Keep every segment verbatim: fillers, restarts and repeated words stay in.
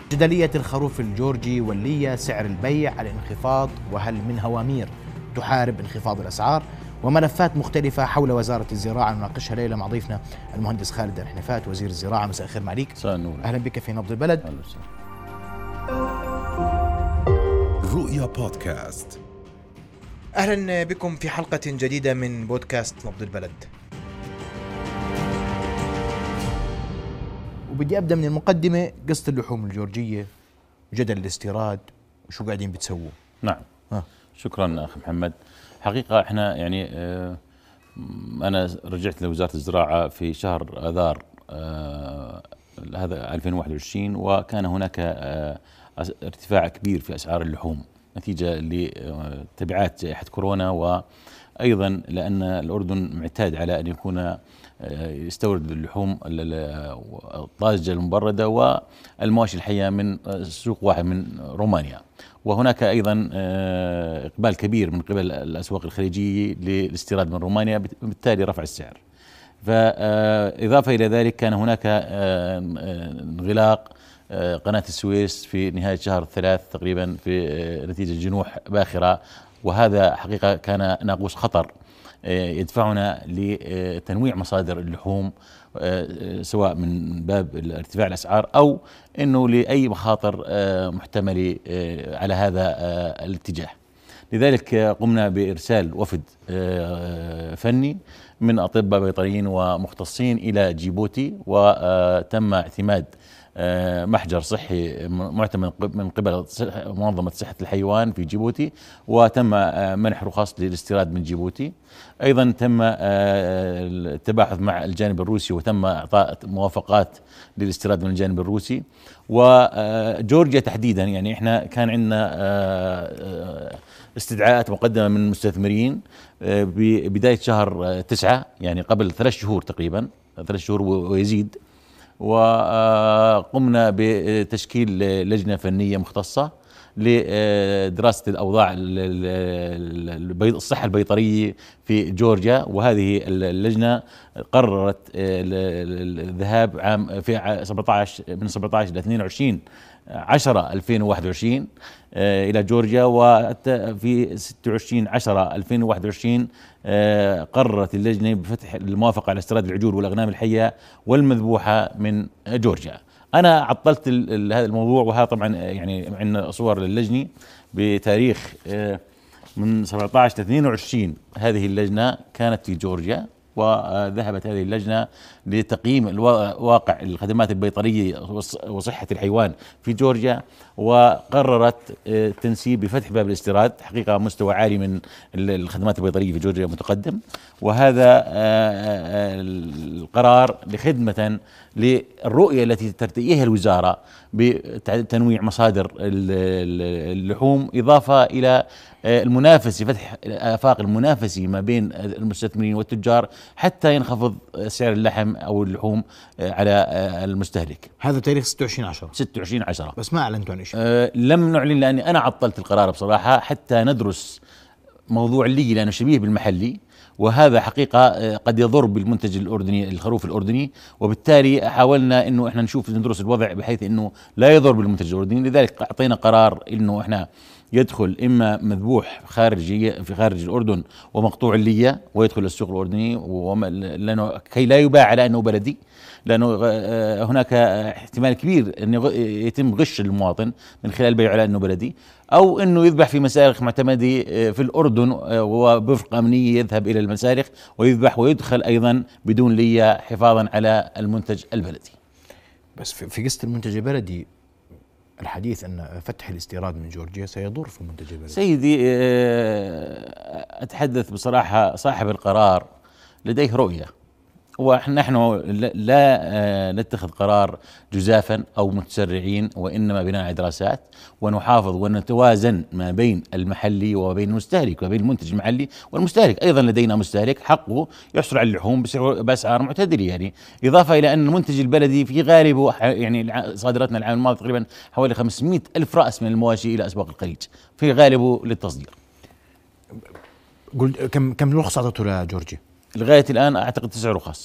جدلية الخروف الجورجي واللية، سعر البيع، الانخفاض، وهل من هوامير تحارب انخفاض الأسعار، وملفات مختلفة حول وزارة الزراعة نناقشها ليلة مع ضيفنا المهندس خالد الحنفات وزير الزراعة. مساء الخير معليك. أهلا بك في نبض البلد. رؤيا بودكاست. أهلا بكم في حلقة جديدة من بودكاست نبض البلد. وبدي أبدأ من المقدمة، قصة اللحوم الجورجية وجدل الاستيراد وشو قاعدين بتسووا. نعم ها. شكرا أخي محمد. حقيقة احنا يعني اه أنا رجعت لوزارة الزراعة في شهر آذار اه هذا ألفين وواحد وعشرين، وكان هناك اه ارتفاع كبير في أسعار اللحوم نتيجة لتبعات جائحة كورونا، وأيضا لأن الأردن معتاد على أن يكون يستورد اللحوم الطازجة المبردة والمواشي الحية من سوق واحد من رومانيا، وهناك أيضا إقبال كبير من قبل الأسواق الخليجية للاستيراد من رومانيا، بالتالي رفع السعر. فإضافة إلى ذلك كان هناك انغلاق قناة السويس في نهاية شهر ثلاث تقريبا في نتيجة جنوح باخرة، وهذا حقيقة كان ناقوس خطر يدفعنا لتنويع مصادر اللحوم، سواء من باب ارتفاع الأسعار أو أنه لأي مخاطر محتملة على هذا الاتجاه. لذلك قمنا بإرسال وفد فني من أطباء بيطريين ومختصين إلى جيبوتي، وتم اعتماد محجر صحي معتمد من قبل منظمة صحة الحيوان في جيبوتي، وتم منح رخص للاستيراد من جيبوتي. أيضا تم التباحث مع الجانب الروسي وتم إعطاء موافقات للاستيراد من الجانب الروسي. وجورجيا تحديدا يعني احنا كان عندنا استدعاءات مقدمة من المستثمرين ببداية شهر تسعة، يعني قبل ثلاث شهور تقريبا ثلاث شهور ويزيد، وقمنا بتشكيل لجنة فنية مختصة لدراسة الأوضاع الصحة البيطرية في جورجيا. وهذه اللجنة قررت الذهاب عام في سبعة عشر من سبعة عشر إلى اثنين وعشرين عشرة ألفين وواحد وعشرين إلى جورجيا، وفي ستة وعشرين عشرة ألفين وواحد وعشرين قررت اللجنة بفتح الموافقة على استيراد العجول والأغنام الحية والمذبوحة من جورجيا. أنا عطلت هذا الموضوع، وهذا طبعا يعني عندنا صور للجنة بتاريخ من سبعة عشر إلى اثنين وعشرين. هذه اللجنة كانت في جورجيا، وذهبت هذه اللجنة لتقييم واقع الخدمات البيطرية وصحة الحيوان في جورجيا، وقررت التنسيب بفتح باب الاستيراد. حقيقة مستوى عالي من الخدمات البيطرية في جورجيا متقدم، وهذا القرار لخدمة للرؤية التي ترتئيها الوزارة بتنويع مصادر اللحوم، إضافة إلى المنافسة، فتح الآفاق المنافسة ما بين المستثمرين والتجار حتى ينخفض سعر اللحم أو اللحوم على المستهلك. هذا تاريخ ستة وعشرين عشرة ستة وعشرين عشرة، بس ما أعلنتوا عن شيء. أه لم نعلن لأني أنا عطلت القرار بصراحة حتى ندرس موضوع اللي لأنه شبيه بالمحلي، وهذا حقيقة قد يضر بالمنتج الأردني الخروف الأردني، وبالتالي حاولنا إنه إحنا نشوف ندرس الوضع بحيث إنه لا يضر بالمنتج الأردني. لذلك أعطينا قرار إنه إحنا يدخل إما مذبوح خارجي في خارج الأردن ومقطوع اللية ويدخل السوق الأردني، لأنه كي لا يباع على أنه بلدي، لأنه هناك احتمال كبير أن يتم غش المواطن من خلال بيعه على أنه بلدي، أو أنه يذبح في مسارخ معتمدة في الأردن وبوفق أمنية يذهب إلى المسارخ ويذبح ويدخل أيضا بدون لية حفاظا على المنتج البلدي. بس في قصة المنتج البلدي الحديث أن فتح الاستيراد من جورجيا سيضر في المنتج البلدي. سيدي أتحدث بصراحة، صاحب القرار لديه رؤية، ونحن لا نتخذ قرار جزافا أو متسرعين، وإنما بناء على دراسات، ونحافظ ونتوازن ما بين المحلي وما بين المستهلك وما بين المنتج المحلي والمستهلك. أيضا لدينا مستهلك حقه يحصل على اللحوم بأسعار معتدلة، يعني إضافة إلى أن المنتج البلدي في غالبه يعني صادراتنا العام الماضي تقريبا حوالي خمسمائة ألف رأس من المواشي إلى أسواق الخليج في غالبه للتصدير. قلت كم كم رخصة أعطته لجورجيا؟ لغاية الآن أعتقد تسع رخص.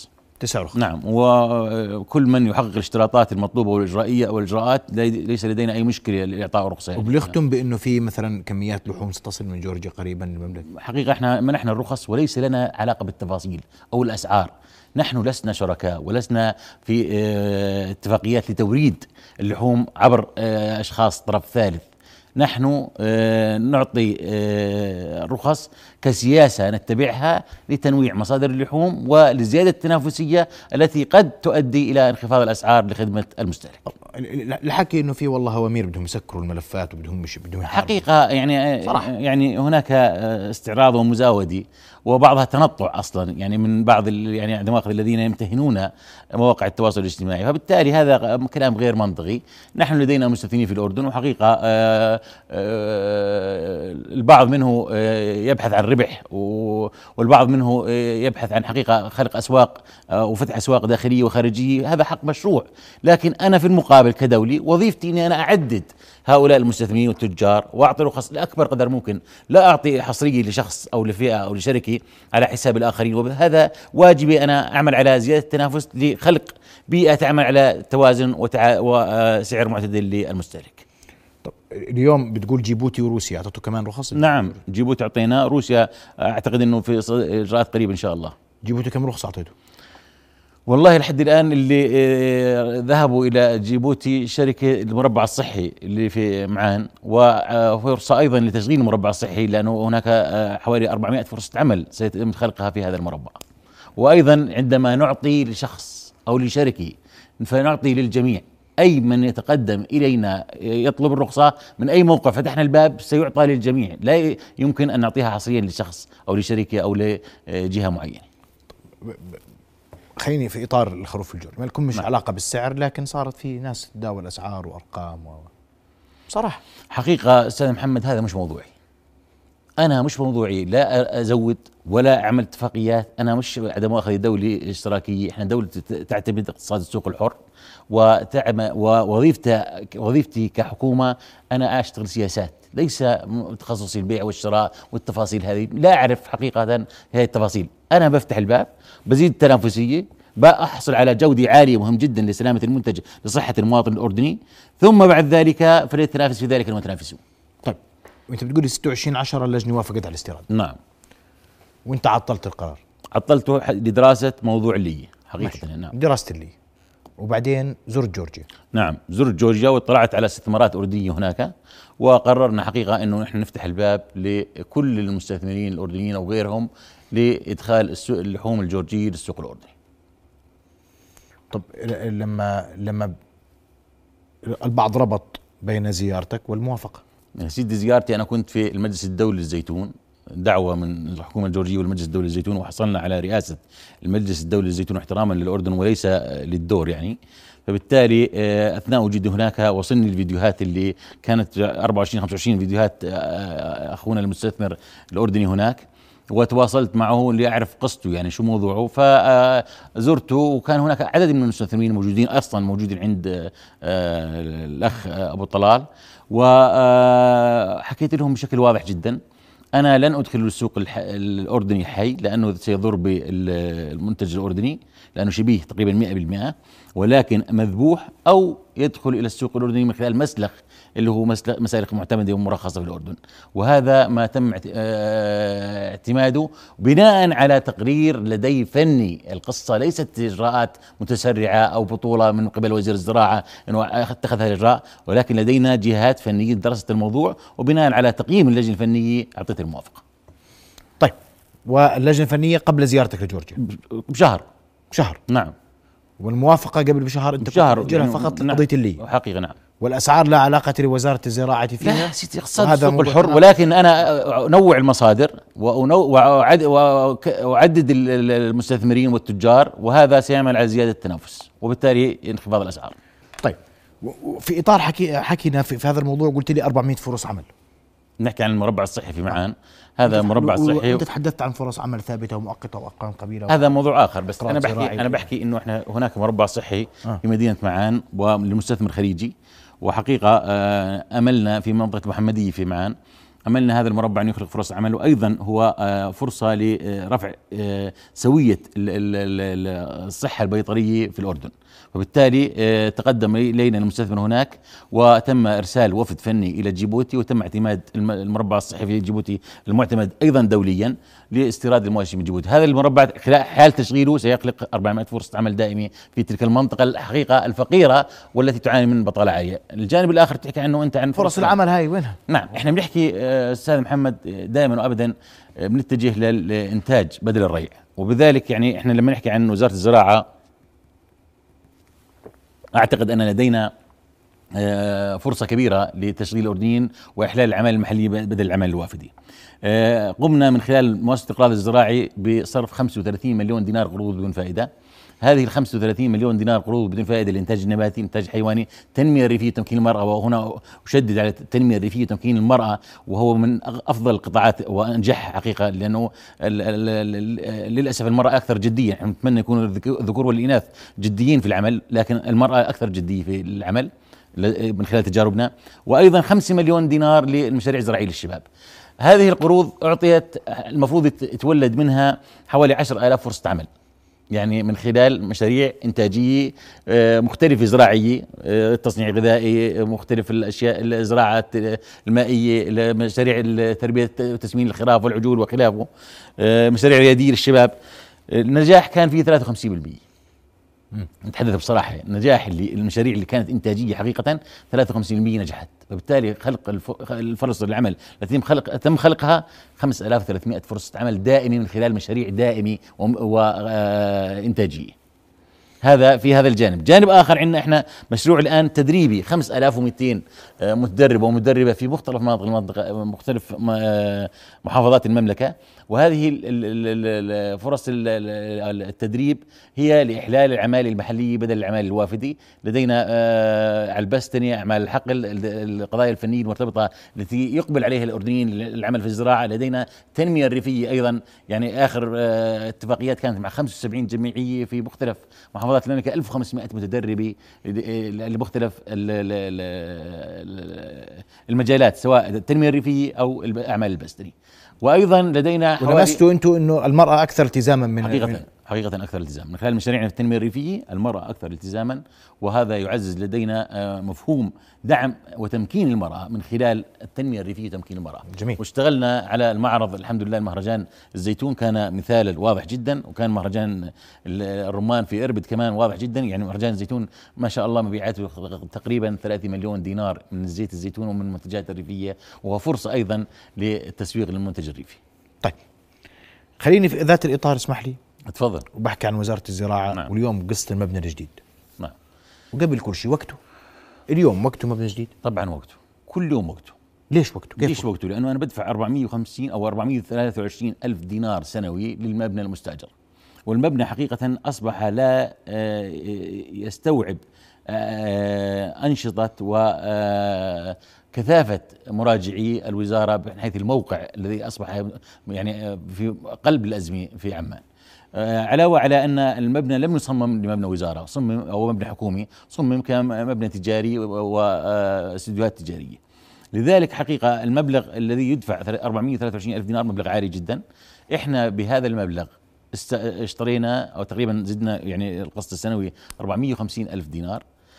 تسع رخص. نعم، وكل من يحقق الاشتراطات المطلوبة والإجرائية والإجراءات ليس لدينا أي مشكلة لإعطاء رخصة يعني. وبلختم بأنه في مثلا كميات لحوم ستصل من جورجيا قريبا للمملكة. حقيقة احنا منحنا الرخص وليس لنا علاقة بالتفاصيل أو الأسعار. نحن لسنا شركاء ولسنا في اه اتفاقيات لتوريد اللحوم عبر اه أشخاص طرف ثالث. نحن اه نعطي اه رخص كسياسة نتبعها لتنويع مصادر اللحوم ولزيادة التنافسية التي قد تؤدي إلى انخفاض الأسعار لخدمة المستهلك. الحكي انه في والله هوامير بدهم يسكروا الملفات وبدهم مش بدهم يحاربوا. حقيقة يعني صراحة. يعني هناك استعراض ومزاودة وبعضها تنطع اصلا يعني من بعض يعني الدماغ الذين يمتهنون مواقع التواصل الاجتماعي، فبالتالي هذا كلام غير منطقي. نحن لدينا مستثمرين في الأردن وحقيقة آآ آآ البعض منه يبحث عن ربح والبعض منه يبحث عن حقيقة خلق أسواق وفتح أسواق داخلية وخارجية، هذا حق مشروع. لكن أنا في المقابل كدولي وظيفتي أني أنا أعدد هؤلاء المستثمرين والتجار وأعطي رخص لأكبر قدر ممكن، لا أعطي حصرية لشخص أو لفئة أو لشركة على حساب الآخرين. وهذا واجبي، أنا أعمل على زيادة التنافس لخلق بيئة تعمل على توازن وتع... وسعر معتدل للمستهلك. طب اليوم بتقول جيبوتي وروسيا أعطته كمان رخص؟ نعم، جيبوتي أعطينا، روسيا أعتقد أنه في إجراءات قريبة إن شاء الله. جيبوتي كم رخصة أعطيته؟ والله لحد الآن اللي ذهبوا إلى جيبوتي شركة المربع الصحي اللي في معان، وفرصة أيضا لتشغيل المربع الصحي لأنه هناك حوالي أربعمائة فرصة عمل سيتم خلقها في هذا المربع. وأيضا عندما نعطي لشخص أو لشركة فنعطي للجميع، أي من يتقدم إلينا يطلب الرخصة من أي موقع فتحنا الباب سيعطى للجميع، لا يمكن أن نعطيها حصريا لشخص أو لشركة أو لجهة معينة. خليني في إطار الخروف الجوري، ما لكم مش نعم. علاقة بالسعر، لكن صارت في ناس تداول أسعار وأرقام و... بصراحة حقيقة أستاذ محمد هذا مش موضوعي، أنا مش موضوعي، لا أزود ولا أعمل اتفاقيات. أنا مش عدم مؤاخذة دولة اشتراكية، إحنا دولة تعتمد اقتصاد السوق الحر، وتعمل ووظيفتي وظيفتي كحكومة أنا أشتغل سياسات، ليس تخصصي البيع والشراء والتفاصيل هذه، لا أعرف حقيقة هذه التفاصيل. أنا بفتح الباب، بزيد التنافسية، بأحصل على جودة عالية مهم جدا لسلامة المنتج لصحة المواطن الأردني، ثم بعد ذلك فليتنافس في ذلك المتنافسون. طيب وانت بتقولي ستة وعشرين عشرة اللجنة وافقت على الاستيراد. نعم. وانت عطلت القرار؟ عطلته لدراسة موضوع اللي حقيقة. نعم. دراسة اللي، وبعدين زرت جورجيا. نعم، زرت جورجيا واطلعت على استثمارات أردنية هناك، وقررنا حقيقة أنه نحن نفتح الباب لكل المستثمرين الأردنيين أو غيرهم لإدخال اللحوم الجورجية للسوق الأردني. طب لما لما البعض ربط بين زيارتك والموافقة. يا سيدي زيارتي أنا كنت في المجلس الدولي للزيتون، دعوة من الحكومة الجورجية والمجلس الدولي للزيتون، وحصلنا على رئاسة المجلس الدولي للزيتون احتراما للأردن وليس للدور يعني. فبالتالي أثناء وجودي هناك وصلني الفيديوهات اللي كانت أربعة وعشرين خمسة وعشرين فيديوهات أخونا المستثمر الأردني هناك، وتواصلت معه لأعرف قصته يعني شو موضوعه. فزرته وكان هناك عدد من المستثمرين موجودين أصلا موجودين عند الأخ أبو طلال، وحكيت لهم بشكل واضح جدا أنا لن أدخل السوق الأردني حي لأنه سيضر بالمنتج الأردني لأنه شبيه تقريبا مئة بالمئة، ولكن مذبوح أو يدخل إلى السوق الأردني من خلال مسلخ اللي هو مسالخ معتمدة ومرخصة في الأردن. وهذا ما تم اعتماده بناء على تقرير لدي فني. القصة ليست إجراءات متسرعة أو بطولة من قبل وزير الزراعة أنه اتخذ هذا الإجراء، ولكن لدينا جهات فنية درست الموضوع وبناء على تقييم اللجنة الفنية أعطيت الموافقة. طيب واللجنة الفنية قبل زيارتك لجورجيا بشهر شهر نعم، والموافقة قبل بشهر أنت بشهر تأجلها فقط نعم. لقضية اللي حقيقة نعم. والأسعار لا علاقة لوزارة الزراعة فيها، لا سيدي اقتصاد السوق الحر، ولكن أنا أنوع المصادر وأعدد المستثمرين والتجار، وهذا سيعمل على زيادة التنافس وبالتالي انخفاض الأسعار. طيب في إطار حكي حكينا في, في هذا الموضوع قلت لي أربعمائة فرص عمل. نحكي عن المربع الصحي في معان، هذا مربع صحي. أنت تحدثت عن فرص عمل ثابتة ومؤقتة وأرقام قبيلة، هذا موضوع آخر. بس أنا بحكي أنا بحكي إنه إحنا هناك مربع صحي آه. في مدينة معان ولمستثمر خليجي، وحقيقة أملنا في منطقة محمدية في معان، أملنا هذا المربع أن يخلق فرص عمل، وأيضا هو فرصة لرفع سوية الصحة البيطرية في الأردن. وبالتالي تقدم إلينا المستثمر هناك وتم إرسال وفد فني إلى جيبوتي، وتم اعتماد المربع الصحي في جيبوتي المعتمد أيضا دوليا لاستيراد المواشي من جيبوتي. هذا المربع خلال حال تشغيله سيخلق أربعمائة فرصة عمل دائمة في تلك المنطقة الحقيقة الفقيرة والتي تعاني من بطالة عالية. الجانب الآخر تحكي عنه أنت عن فرص العمل، هاي وينها؟ نعم، احنا بنحكي أستاذ محمد دائما وأبدا بنتجه للإنتاج بدل الريع، وبذلك يعني احنا لما نحكي عن وزارة الزراعة أعتقد أن لدينا فرصة كبيرة لتشغيل الأردنيين وإحلال العمالة المحلية بدل العمالة الوافدة. قمنا من خلال مؤسسة الإقراض الزراعي بصرف خمسة وثلاثين مليون دينار قروض بدون فائدة. هذه ال خمسة وثلاثين مليون دينار قروض بدون فائدة للإنتاج النباتي، إنتاج حيواني، تنمية ريفية وتمكين المرأة، وهنا أشدد على التنمية الريفية وتمكين المرأة، وهو من أفضل القطاعات وأنجح حقيقة، لأنه ال ال ال للأسف المرأة أكثر جدية. نحن نتمنى يكون الذكور والإناث جديين في العمل، لكن المرأة أكثر جدية في العمل من خلال تجاربنا. وأيضا خمسة مليون دينار للمشاريع الزراعية للشباب. هذه القروض أعطيت المفروض يتولد منها حوالي عشر آلاف فرصة عمل، يعني من خلال مشاريع إنتاجية مختلفة زراعية، تصنيع غذائي مختلف، الأشياء الزراعة المائية، مشاريع التربية وتسمين الخراف والعجول وخلافه، مشاريع ريادية للشباب. النجاح كان فيه ثلاثة وخمسين بالمئة. نتحدث بصراحة، النجاح اللي المشاريع اللي كانت إنتاجية حقيقة ثلاثة وخمسين بالمئة نجحت، فبالتالي خلق الفرص العمل التي خلق تم خلقها خمسة آلاف وثلاثمائة فرصة عمل دائمة من خلال مشاريع دائمة وإنتاجية. هذا في هذا الجانب. جانب آخر عندنا إحنا مشروع الآن تدريبي خمسة آلاف ومئتين متدرب ومدربة في مختلف مناطق المنطقة، مختلف محافظات المملكة، وهذه فرص التدريب هي لإحلال العمالة المحلية بدل العمالة الوافدة. لدينا على البستني أعمال الحقل، القضايا الفنية المرتبطة التي يقبل عليها الأردنيين للعمل في الزراعة. لدينا تنمية الريفية أيضا، يعني آخر اتفاقيات كانت مع خمسة وسبعين جمعية في مختلف محافظات المملكة، ألف وخمسمائة متدربة لمختلف المجالات، سواء التنمية الريفية أو أعمال البستني. وايضا لدينا ولمستوا انتم انه المراه اكثر التزاما من حقيقه من حقيقه اكثر التزاما من خلال مشاريعنا في التنميه الريفيه. المراه اكثر التزاما، وهذا يعزز لدينا مفهوم دعم وتمكين المراه من خلال التنميه الريفيه وتمكين المراه. جميل. واشتغلنا على المعرض الحمد لله. المهرجان الزيتون كان مثال واضح جدا، وكان مهرجان الرمان في اربد كمان واضح جدا. يعني مهرجان الزيتون ما شاء الله مبيعاته تقريبا ثلاثة مليون دينار من زيت الزيتون ومن المنتجات الريفيه، وهو فرصه ايضا للتسويق للمنتج الريفي. طيب خليني في ذات الإطار اسمح لي اتفضل. وبحكي عن وزارة الزراعة. نعم. واليوم قصة المبنى الجديد. نعم. وقبل كل شيء وقته، اليوم وقته مبنى جديد؟ طبعا وقته، كل يوم وقته. ليش وقته؟ كيف ليش وقته؟ وقته؟ لأنه أنا بدفع أربعمائة وخمسين أو أربعمائة وثلاثة وعشرين ألف دينار سنوي للمبنى المستأجر، والمبنى حقيقة أصبح لا يستوعب أنشطة و كثافة مراجعي الوزارة من حيث الموقع الذي أصبح يعني في قلب الأزمة في عمان. علاوة على أن المبنى لم يصمم لمبنى وزارة، صمم أو مبنى حكومي، صمم كمبنى تجاري واستديوهات تجارية. لذلك حقيقة المبلغ الذي يدفع أربعمائة وثلاثة وعشرين ألف دينار مبلغ عالي جدا. إحنا بهذا المبلغ اشترينا أو تقريبا زدنا يعني القسط السنوي أربعمائة وخمسين ألف دينار،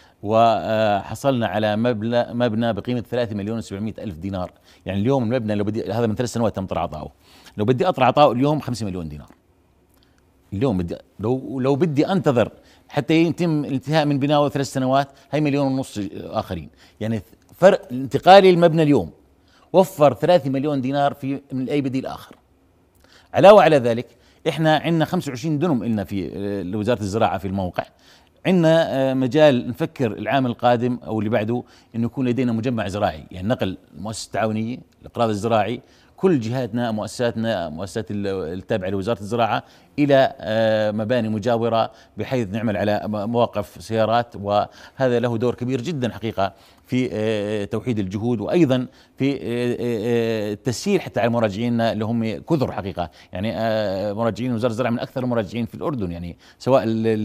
وحصلنا على مبلغ مبنى بقيمة ثلاثة مليون وسبعمائة ألف دينار. يعني اليوم المبنى لو بدي، هذا من ثلاث سنوات تم طرح عطائه، لو بدي أطرح عطائه اليوم خمسة مليون دينار. اليوم بدي لو لو بدي أنتظر حتى يتم الانتهاء من بناؤه ثلاث سنوات، هي مليون ونص آخرين. يعني فرق انتقالي المبنى اليوم وفر ثلاثة مليون دينار في من أي بديل آخر. علاوة على ذلك إحنا عندنا خمسة وعشرين دنم إلنا في لوزارة الزراعة في الموقع. عندنا مجال نفكر العام القادم أو اللي بعده إنه يكون لدينا مجمع زراعي، يعني نقل المؤسسة التعاونية، الإقراض الزراعي، كل جهاتنا مؤسساتنا مؤسسات التابعة لوزارة الزراعة إلى مباني مجاورة بحيث نعمل على مواقف سيارات، وهذا له دور كبير جدا حقيقة في توحيد الجهود، وأيضا في التسهيل حتى على مراجعينا اللي هم كثر حقيقة. يعني مراجعين وزارة الزراعة من أكثر المراجعين في الأردن، يعني سواء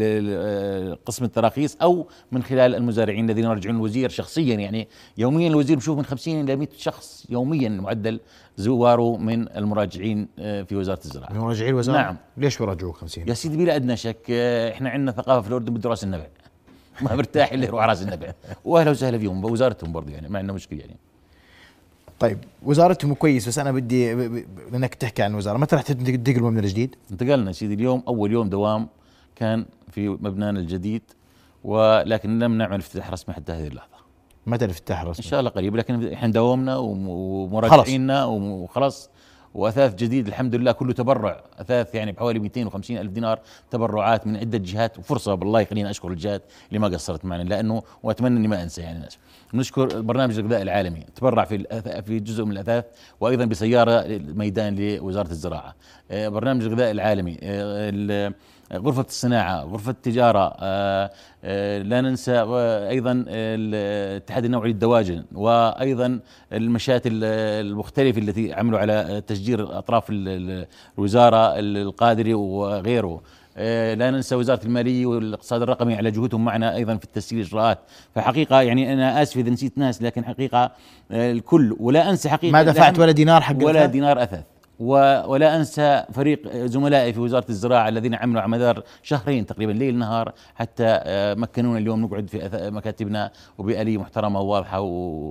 قسم التراخيص أو من خلال المزارعين الذين يرجعون الوزير شخصيا. يعني يوميا الوزير بشوف من خمسين إلى مئة شخص يوميا معدل زواره من المراجعين في وزارة الزراعة. من مراجعين الوزارة؟ نعم. ليش بيراجعوك خمسين؟ يا سيدي بلا أدنى شك، إحنا عندنا ثقافة في الأردن بده راس النبع، ما برتاح اللي يروح راس النبع، واهلا وسهلا فيهم بوزارتهم برضه، يعني ما عندنا مشكله يعني. طيب وزارتهم كويس، بس انا بدي انك تحكي عن الوزاره، متى رح تنتقلوا من الجديد؟ انتقلنا سيدي اليوم، اول يوم دوام كان في مبنانا الجديد، ولكن لم نعمل افتتاح رسمي حتى هذه اللحظه. متى الافتتاح الرسمي؟ ان شاء الله قريب، لكن احنا داومنا ومراجعينا وخلاص، واثاث جديد الحمد لله كله تبرع، اثاث يعني بحوالي مئتين وخمسين الف دينار تبرعات من عده جهات، وفرصه بالله يخلينا اشكر الجهات اللي ما قصرت معنا، لانه واتمنى اني ما انسى يعني الناس. نشكر برنامج الغذاء العالمي تبرع في في جزء من الاثاث، وايضا بسياره ميدان لوزاره الزراعه. برنامج الغذاء العالمي، غرفة الصناعة، غرفة التجارة، آآ آآ لا ننسى أيضا الاتحاد النوعي للدواجن، وأيضا المشات المختلفة التي عملوا على تشجير أطراف الوزارة القادري وغيره. لا ننسى وزارة المالية والاقتصاد الرقمي على جهودهم معنا أيضا في التسهيل الإجراءات. فحقيقة يعني أنا آسف إذا نسيت ناس، لكن حقيقة الكل، ولا أنسى حقيقة ما دفعت ولا دينار حق ولا دينار أثاث. ولا أنسى فريق زملائي في وزارة الزراعة الذين عملوا على مدار شهرين تقريبا ليل نهار حتى مكنونا اليوم نقعد في مكاتبنا وبآلية محترمة وواضحة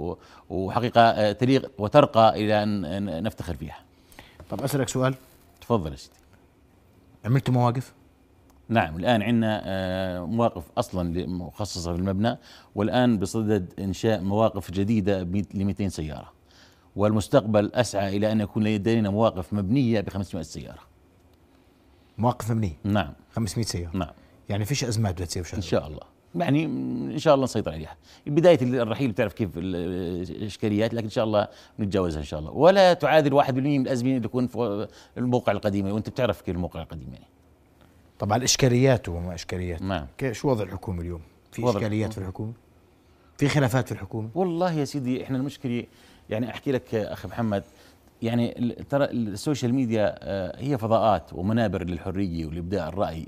وحقيقة تليق وترقى إلى أن نفتخر فيها. طب أسألك سؤال. تفضل يا سيدي. عملتوا مواقف؟ نعم، الآن عندنا مواقف أصلا مخصصة في المبنى، والآن بصدد إنشاء مواقف جديدة ل مئتين سيارة، والمستقبل أسعى إلى أن يكون لدينا مواقف مبنية ب خمسمئة سيارة. مواقف مبنية؟ نعم. خمسمئة سيارة؟ نعم. يعني فيش أزمات بدها تصير إن شاء الله، يعني إن شاء الله نسيطر عليها. بداية الرحيل بتعرف كيف الإشكاليات، لكن إن شاء الله نتجاوزها إن شاء الله، ولا تعادل واحد بالمئة من الأزمة اللي تكون في الموقع القديمة، وأنت بتعرف كيف الموقع القديم يعني. طبعا الإشكاليات وما إشكاليات. نعم. شو وضع الحكومة اليوم؟ في إشكاليات في الحكومة؟ في خلافات في الحكومة؟ والله يا سيدي إحنا المشكلة، يعني أحكي لك أخي محمد، يعني ترى السوشيال ميديا هي فضاءات ومنابر للحرية ولإبداء الرأي،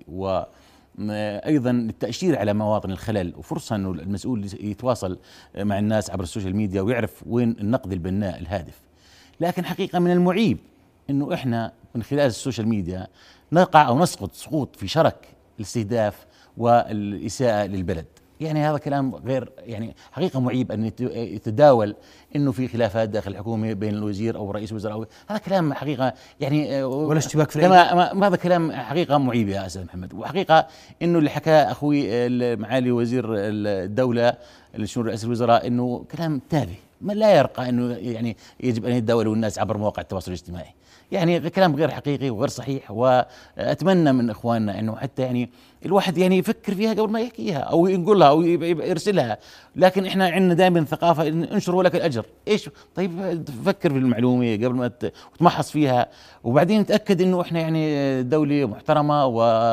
وأيضا للتأشير على مواطن الخلل، وفرصة أنه المسؤول يتواصل مع الناس عبر السوشيال ميديا ويعرف وين النقد البناء الهادف. لكن حقيقة من المعيب أنه إحنا من خلال السوشيال ميديا نقع أو نسقط سقوط في شرك الاستهداف والإساءة للبلد. يعني هذا كلام غير، يعني حقيقة معيب أن يتداول أنه في خلافات داخل الحكومة بين الوزير أو رئيس الوزراء، هذا كلام حقيقة يعني ولا اشتباك في كما هذا كلام حقيقة معيب يا أستاذ محمد. وحقيقة أنه اللي حكاه أخوي معالي وزير الدولة لشؤون رئيس الوزراء أنه كلام تافه ما لا يرقى أنه يعني يجب أن يتداولوا الناس عبر مواقع التواصل الاجتماعي، يعني كلام غير حقيقي وغير صحيح. وأتمنى من إخواننا أنه حتى يعني الواحد يعني يفكر فيها قبل ما يحكيها أو يقولها أو يرسلها، لكن إحنا عندنا دائما ثقافة انشر ولك الأجر. إيش طيب فكر في المعلومة قبل ما تمحص فيها، وبعدين تأكد إنه إحنا يعني دولة محترمة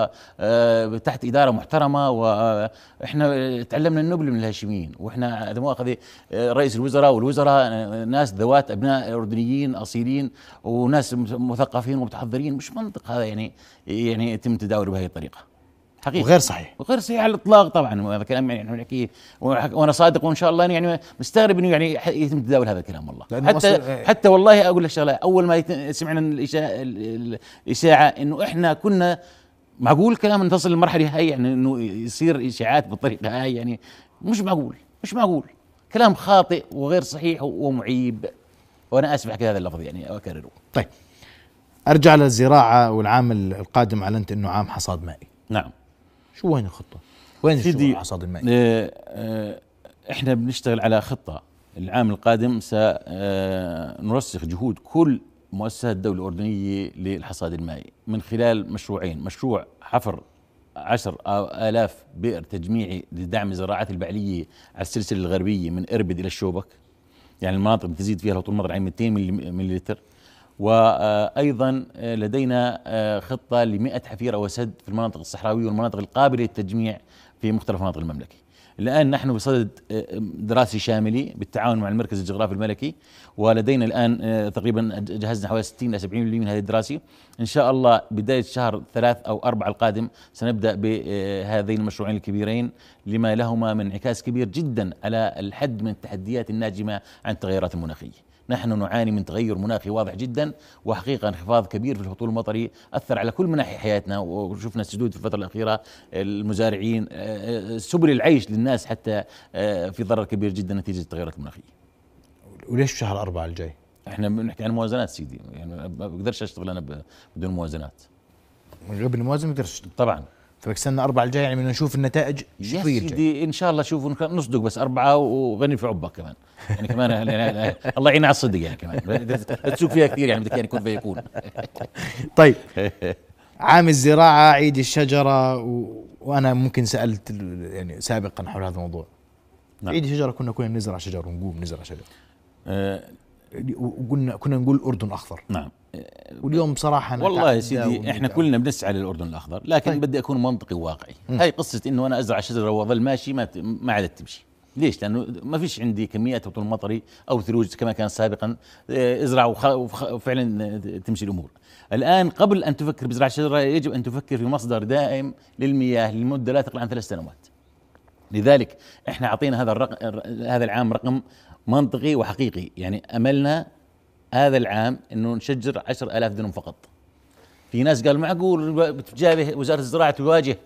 وتحت إدارة محترمة، وإحنا تعلمنا النبل من الهاشميين، وإحنا هذا مؤاخذة رئيس الوزراء والوزراء ناس ذوات أبناء أردنيين أصيلين وناس مثقفين ومتحضرين. مش منطق هذا يعني يعني يتم تداوله بهذه الطريقة حقيقة، وغير صحيح وغير صحيح على الاطلاق. طبعا هذا كلام يعني احنا نحكيه وانا صادق، وان شاء الله يعني مستغرب انه يعني يتم تداول هذا الكلام والله. حتى حتى والله اقول لك شغله، اول ما سمعنا الاشاعه الاشاعه انه احنا كنا معقول كلام تصل للمرحله هاي، يعني انه يصير اشاعات بالطريقه هاي، يعني مش معقول مش معقول كلام خاطئ وغير صحيح ومعيب، وانا اسف احكي هذا اللفظ يعني اكرره. طيب ارجع للزراعه، والعام القادم اعلنت انه عام حصاد مائي. نعم. شو وين الخطة؟ وين سيدي الحصاد المائي؟ اه اه احنا بنشتغل على خطة العام القادم، سنرسخ جهود كل مؤسسات الدولة الأردنية للحصاد المائي من خلال مشروعين: مشروع حفر عشر آلاف بئر تجميعي لدعم الزراعات البعلية على السلسلة الغربية من إربد إلى الشوبك، يعني المناطق بتزيد فيها لو طول مدر عين مئتين ملي لتر، وأيضا لدينا خطة لمئة حفيرة وسد في المناطق الصحراوية والمناطق القابلة للتجميع في مختلف مناطق المملكة. الآن نحن بصدد دراسي شاملي بالتعاون مع المركز الجغرافي الملكي، ولدينا الآن تقريبا جهزنا حوالي ستين إلى سبعين بالمئة من هذه الدراسة. إن شاء الله بداية شهر ثلاث أو أربعة القادم سنبدأ بهذين المشروعين الكبيرين لما لهما من انعكاس كبير جدا على الحد من التحديات الناجمة عن التغيرات المناخية. نحن نعاني من تغير مناخي واضح جدا، وحقيقة انخفاض كبير في الهطول المطري أثر على كل مناحي حياتنا، وشفنا السدود في الفترة الأخيرة، المزارعين، سبل العيش للناس حتى في ضرر كبير جدا نتيجة التغيرات المناخية. وليش شهر أربعة الجاي؟ احنا بنحكي عن موازنات سيدي، يعني ما بقدرش اشتغل انا بدون موازنات. من غير الموازنه ما بقدرش طبعا. فبستنى أربعة الجاي يعني بدنا نشوف النتائج الشتوية الجاي ان شاء الله. شوفوا نصدق بس أربعة وغني في عبك كمان يعني كمان يعني الله يعين على الصدق يعني كمان تسوق فيها كثير يعني بدك يعني يكون فيكون. طيب عام الزراعة، عيد الشجرة، و... وأنا ممكن سألت يعني سابقا حول هذا الموضوع. نعم. عيد الشجرة كنا كنا نزرع شجر ونقوم نزرع شجر. أه وقلنا كنا نقول الأردن أخضر. نعم. واليوم بصراحة والله يا سيدي احنا كلنا بنسعى للأردن الأخضر، لكن طيب. بدي أكون منطقي وواقعي. هاي قصة إنه أنا أزرع شجرة وأظل ماشي ما ما عادت تمشي. ليش؟ لأنه ما فيش عندي كميات هطول مطري أو ثلوج كما كان سابقا ازرع وفعلا تمشي الأمور. الآن قبل أن تفكر بزراعة شجرة يجب أن تفكر في مصدر دائم للمياه لمدة لا تقل عن ثلاث سنوات. لذلك احنا أعطينا هذا الرقم هذا العام رقم منطقي وحقيقي، يعني أملنا هذا العام انه نشجر عشر آلاف دنم فقط. في ناس قال معقول بتجابه وزارة الزراعة تواجه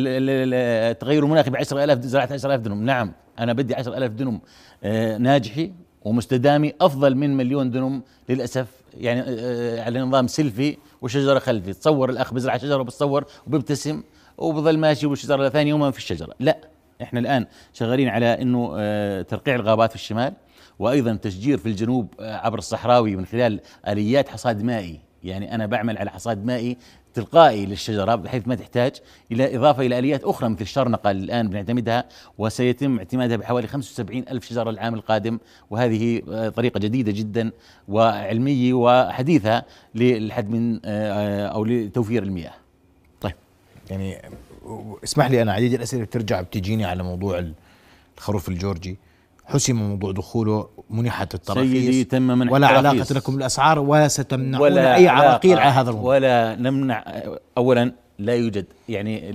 التغير المناخي بعشر آلاف زراعة عشر آلاف دنم؟ نعم، أنا بدي عشر آلاف دنم ناجحي ومستدامي أفضل من مليون دنم للأسف يعني على نظام سلفي وشجرة خلفي. تصور الأخ بزرع شجرة وبتصور وبيبتسم وبظل ماشي والشجرة ثاني يوم ما في الشجرة. لا، احنا الآن شغالين على انه ترقيع الغابات في الشمال، وايضا تشجير في الجنوب عبر الصحراوي من خلال اليات حصاد مائي. يعني انا بعمل على حصاد مائي تلقائي للشجره بحيث ما تحتاج الى اضافه الى اليات اخرى مثل الشرنقه اللي الان بنعتمدها، وسيتم اعتمادها بحوالي خمسة وسبعين الف شجره العام القادم، وهذه طريقه جديده جدا وعلميه وحديثه للحد من او لتوفير المياه. طيب يعني اسمح لي، انا عديد الاسئله بترجع بتجيني على موضوع الخروف الجورجي. حسم موضوع دخوله، منحت التراخيص سيدي، تم منح ولا التراخيص. علاقة لكم بالأسعار وستمنعون أي عراقيل على هذا الموضوع؟ ولا نمنع. أولا لا يوجد يعني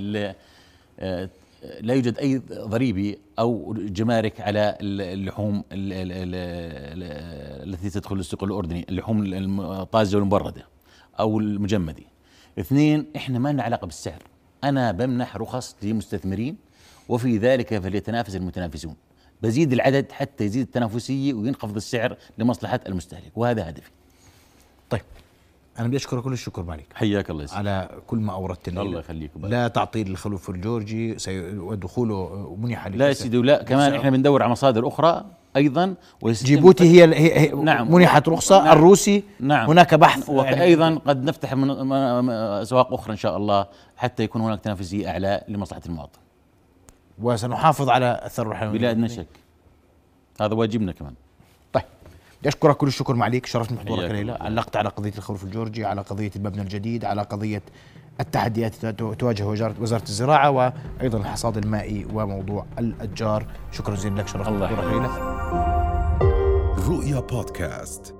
لا يوجد أي ضريبة أو جمارك على اللحوم التي تدخل السوق الأردني، اللحوم الطازجة والمبردة أو المجمدة. اثنين، إحنا ما لنا علاقة بالسعر. أنا بمنح رخص لمستثمرين وفي ذلك فليتنافس المتنافسون. بزيد العدد حتى يزيد التنافسية وينخفض السعر لمصلحة المستهلك، وهذا هدفي. طيب أنا بدي أشكرك كل الشكر مالك، حياك الله يسلمك على كل ما أوردت لنا. الله يخليك. لا تعطيل الخروف الجورجي ودخوله منح لا يا سيدي، ولا كمان إحنا بندور على مصادر أخرى أيضا. جيبوتي هي, هي نعم منحت رخصة. نعم الروسي نعم هناك بحث، وأيضا يعني قد نفتح من أسواق أخرى إن شاء الله حتى يكون هناك تنافسية أعلى لمصلحة المواطن، وسنحافظ على أثر الحيوان بلا أدنى شك. هذا واجبنا كمان. طيب بدي أشكرك كل الشكر معليك، شرفتني بحضورك الليلة. علقت على قضية الخروف الجورجي، على قضية المبنى الجديد، على قضية التحديات تواجه وزارة الزراعة، وأيضا الحصاد المائي وموضوع الأتجار. شكرا جزيلا لك، شرفتني بحضورك الليلة. رؤيا بودكاست.